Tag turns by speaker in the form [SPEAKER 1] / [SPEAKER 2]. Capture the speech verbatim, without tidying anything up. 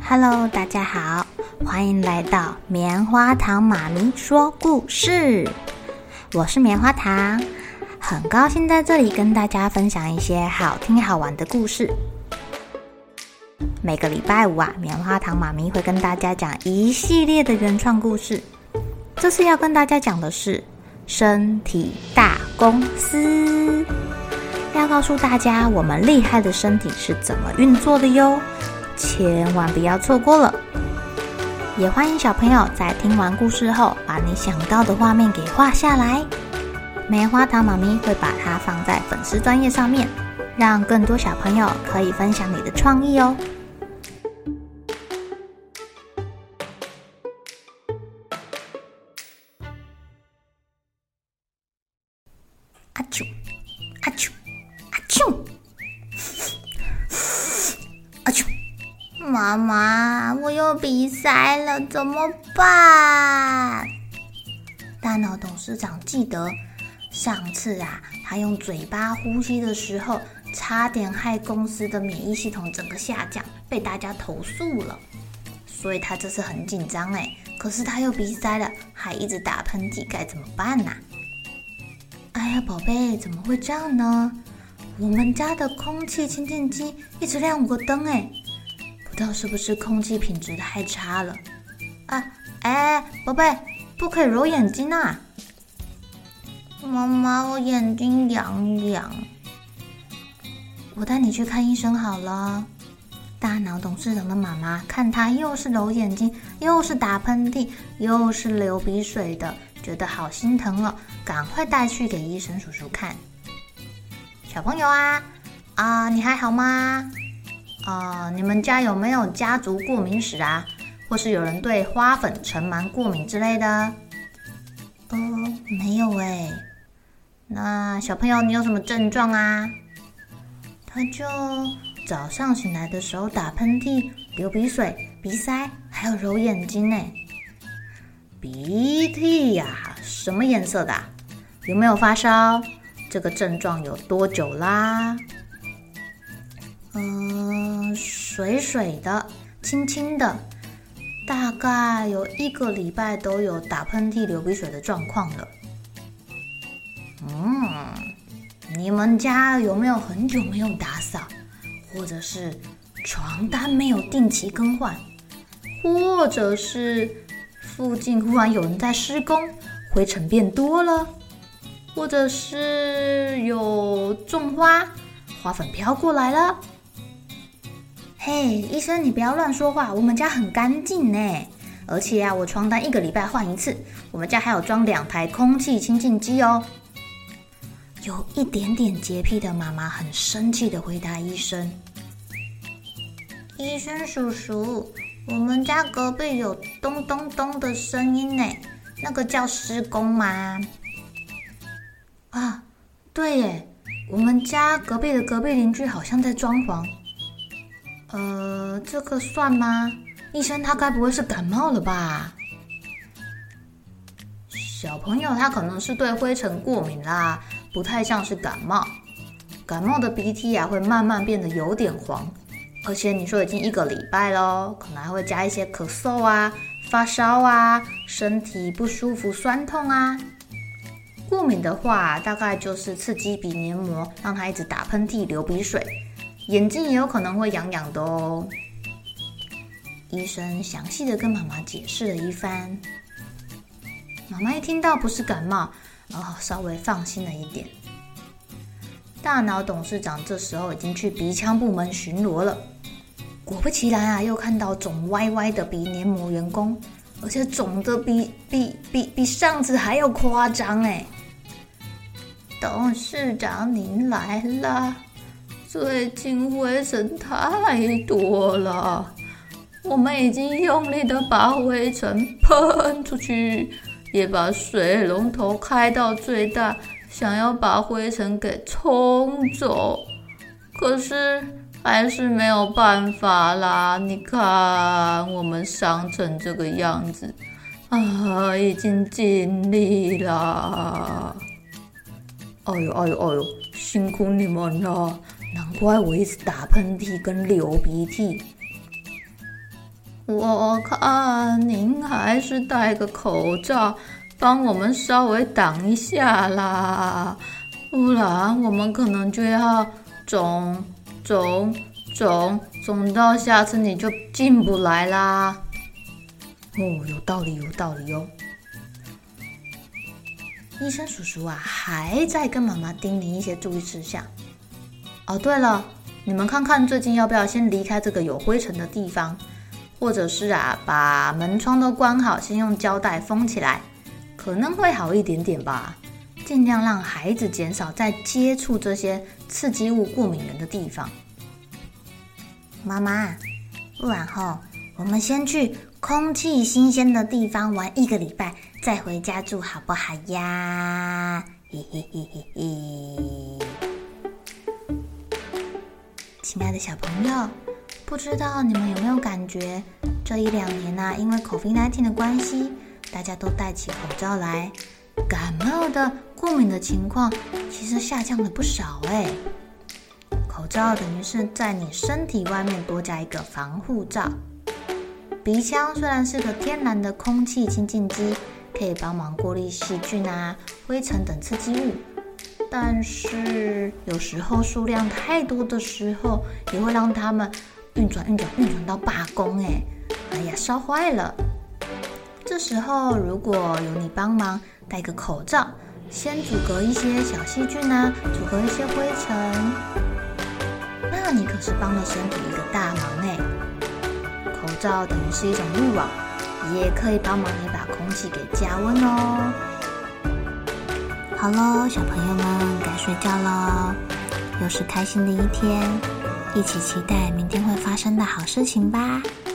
[SPEAKER 1] Hello， 大家好，欢迎来到棉花糖妈咪说故事。我是棉花糖，很高兴在这里跟大家分享一些好听好玩的故事。每个礼拜五啊，棉花糖妈咪会跟大家讲一系列的原创故事。这次要跟大家讲的是身体大公司，要告诉大家我们厉害的身体是怎么运作的哟，千万不要错过了。也欢迎小朋友在听完故事后，把你想到的画面给画下来。棉花糖妈咪会把它放在粉丝专页上面，让更多小朋友可以分享你的创意哦。阿啾阿啾阿啾阿啾！妈妈，我又鼻塞了，怎么办？大脑董事长记得上次啊，他用嘴巴呼吸的时候，差点害公司的免疫系统整个下降，被大家投诉了。所以他这次很紧张哎，可是他又鼻塞了，还一直打喷嚏，该怎么办啊？哎呀，宝贝，怎么会这样呢？我们家的空气清净机一直亮五个灯哎，不知道是不是空气品质太差了啊？哎，宝贝，不可以揉眼睛啊！妈妈，我眼睛痒痒，我带你去看医生好了。大脑董事长的妈妈看他又是揉眼睛，又是打喷嚏，又是流鼻水的，觉得好心疼哦，赶快带去给医生叔叔看。小朋友啊，啊、呃，你还好吗？啊、呃，你们家有没有家族过敏史啊？或是有人对花粉、尘螨过敏之类的？呃，没有哎。那小朋友，你有什么症状啊？他就早上醒来的时候打喷嚏、流鼻水、鼻塞，还有揉眼睛呢。鼻涕呀、啊，什么颜色的、啊？有没有发烧？这个症状有多久啦？嗯、呃，水水的，轻轻的，大概有一个礼拜都有打喷嚏、流鼻水的状况了。嗯，你们家有没有很久没有打扫，或者是床单没有定期更换，或者是附近忽然有人在施工，灰尘变多了，或者是有种花，花粉飘过来了？嘿，医生，你不要乱说话，我们家很干净呢，而且啊，我床单一个礼拜换一次，我们家还有装两台空气清净机哦。有一点点洁癖的妈妈很生气地回答医生：医生叔叔，我们家隔壁有咚咚咚的声音呢，那个叫施工吗？啊，对耶，我们家隔壁的隔壁邻居好像在装潢。呃，这个算吗？医生，他该不会是感冒了吧？小朋友他可能是对灰尘过敏啦，不太像是感冒。感冒的鼻涕啊会慢慢变得有点黄，而且你说已经一个礼拜咯，可能还会加一些咳嗽啊、发烧啊、身体不舒服、酸痛啊。过敏的话，大概就是刺激鼻黏膜，让它一直打喷嚏、流鼻水，眼睛也有可能会痒痒的哦。医生详细的跟妈妈解释了一番，妈妈一听到不是感冒，哦，稍微放心了一点。大脑董事长这时候已经去鼻腔部门巡逻了，果不其然啊，又看到肿歪歪的鼻黏膜员工，而且肿的比比比比上次还要夸张哎！董事长您来了，最近灰尘太多了，我们已经用力的把灰尘喷出去，也把水龙头开到最大，想要把灰尘给冲走，可是还是没有办法啦。你看我们伤成这个样子啊，已经尽力啦。哎呦哎呦哎呦，辛苦你们了，难怪我一直打喷嚏跟流鼻涕。 我看您还是戴个口罩，帮我们稍微挡一下啦，不然我们可能就要肿肿肿肿到下次你就进不来啦。哦，有道理，有道理哦。医生叔叔啊，还在跟妈妈叮咛一些注意事项。哦，对了，你们看看最近要不要先离开这个有灰尘的地方，或者是啊，把门窗都关好，先用胶带封起来，可能会好一点点吧。尽量让孩子减少在接触这些刺激物过敏源的地方。
[SPEAKER 2] 妈妈，不然后我们先去空气新鲜的地方玩一个礼拜，再回家住好不好呀？嘿嘿嘿嘿嘿。
[SPEAKER 1] 亲爱的小朋友，不知道你们有没有感觉，这一两年啊，因为 COVID 十九 的关系，大家都戴起口罩来，感冒的、过敏的情况其实下降了不少哎。口罩等于是在你身体外面多加一个防护罩。鼻腔虽然是个天然的空气清净机，可以帮忙过滤细菌啊、灰尘等刺激物，但是有时候数量太多的时候，也会让它们运转运转运转到罢工哎，哎呀烧坏了。这时候如果有你帮忙戴个口罩，先阻隔一些小细菌啊，阻隔一些灰尘，那你可是帮了身体一个大忙哎。口罩等于是一种滤网，也可以帮忙你把空气给加温哦。
[SPEAKER 2] 好咯，小朋友们该睡觉咯，又是开心的一天，一起期待明天会发生的好事情吧。